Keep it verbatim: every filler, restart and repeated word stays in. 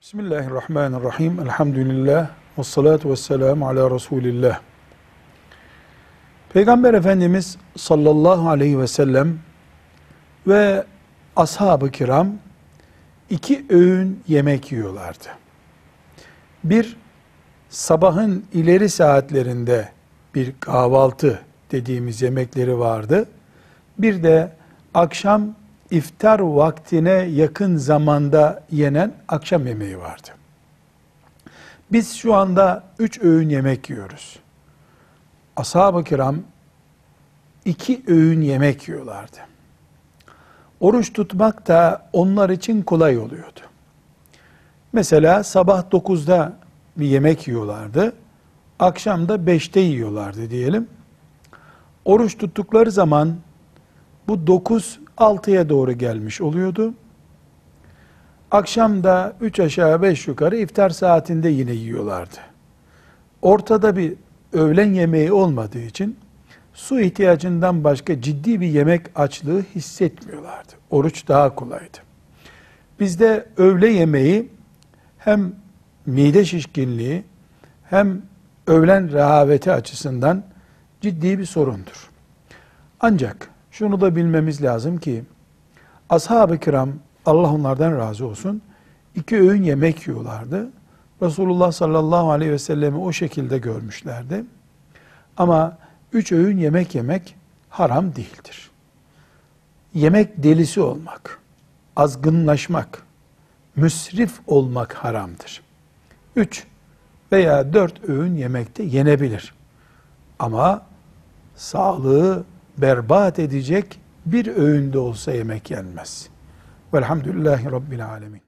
Bismillahirrahmanirrahim. Elhamdülillah. Ve salatu ve selamu ala Resulillah. Peygamber Efendimiz sallallahu aleyhi ve sellem ve ashab-ı kiram iki öğün yemek yiyorlardı. Bir, sabahın ileri saatlerinde bir kahvaltı dediğimiz yemekleri vardı. Bir de akşam iftar vaktine yakın zamanda yenen akşam yemeği vardı. Biz şu anda üç öğün yemek yiyoruz. Ashab-ı kiram iki öğün yemek yiyorlardı. Oruç tutmak da onlar için kolay oluyordu. Mesela sabah dokuzda bir yemek yiyorlardı. Akşam da beşte yiyorlardı diyelim. Oruç tuttukları zaman bu dokuz altıya doğru gelmiş oluyordu. Akşam da üç aşağı beş yukarı iftar saatinde yine yiyorlardı. Ortada bir öğlen yemeği olmadığı için su ihtiyacından başka ciddi bir yemek açlığı hissetmiyorlardı. Oruç daha kolaydı. Bizde öğle yemeği hem mide şişkinliği hem öğlen rehaveti açısından ciddi bir sorundur. Ancak şunu da bilmemiz lazım ki ashab-ı kiram, Allah onlardan razı olsun, iki öğün yemek yiyorlardı. Resulullah sallallahu aleyhi ve sellemi o şekilde görmüşlerdi. Ama üç öğün yemek yemek haram değildir. Yemek delisi olmak, azgınlaşmak, müsrif olmak haramdır. Üç veya dört öğün yemekte yenebilir. Ama sağlığı berbat edecek bir öğünde olsa yemek yenmez. Velhamdülillahi Rabbil alemin.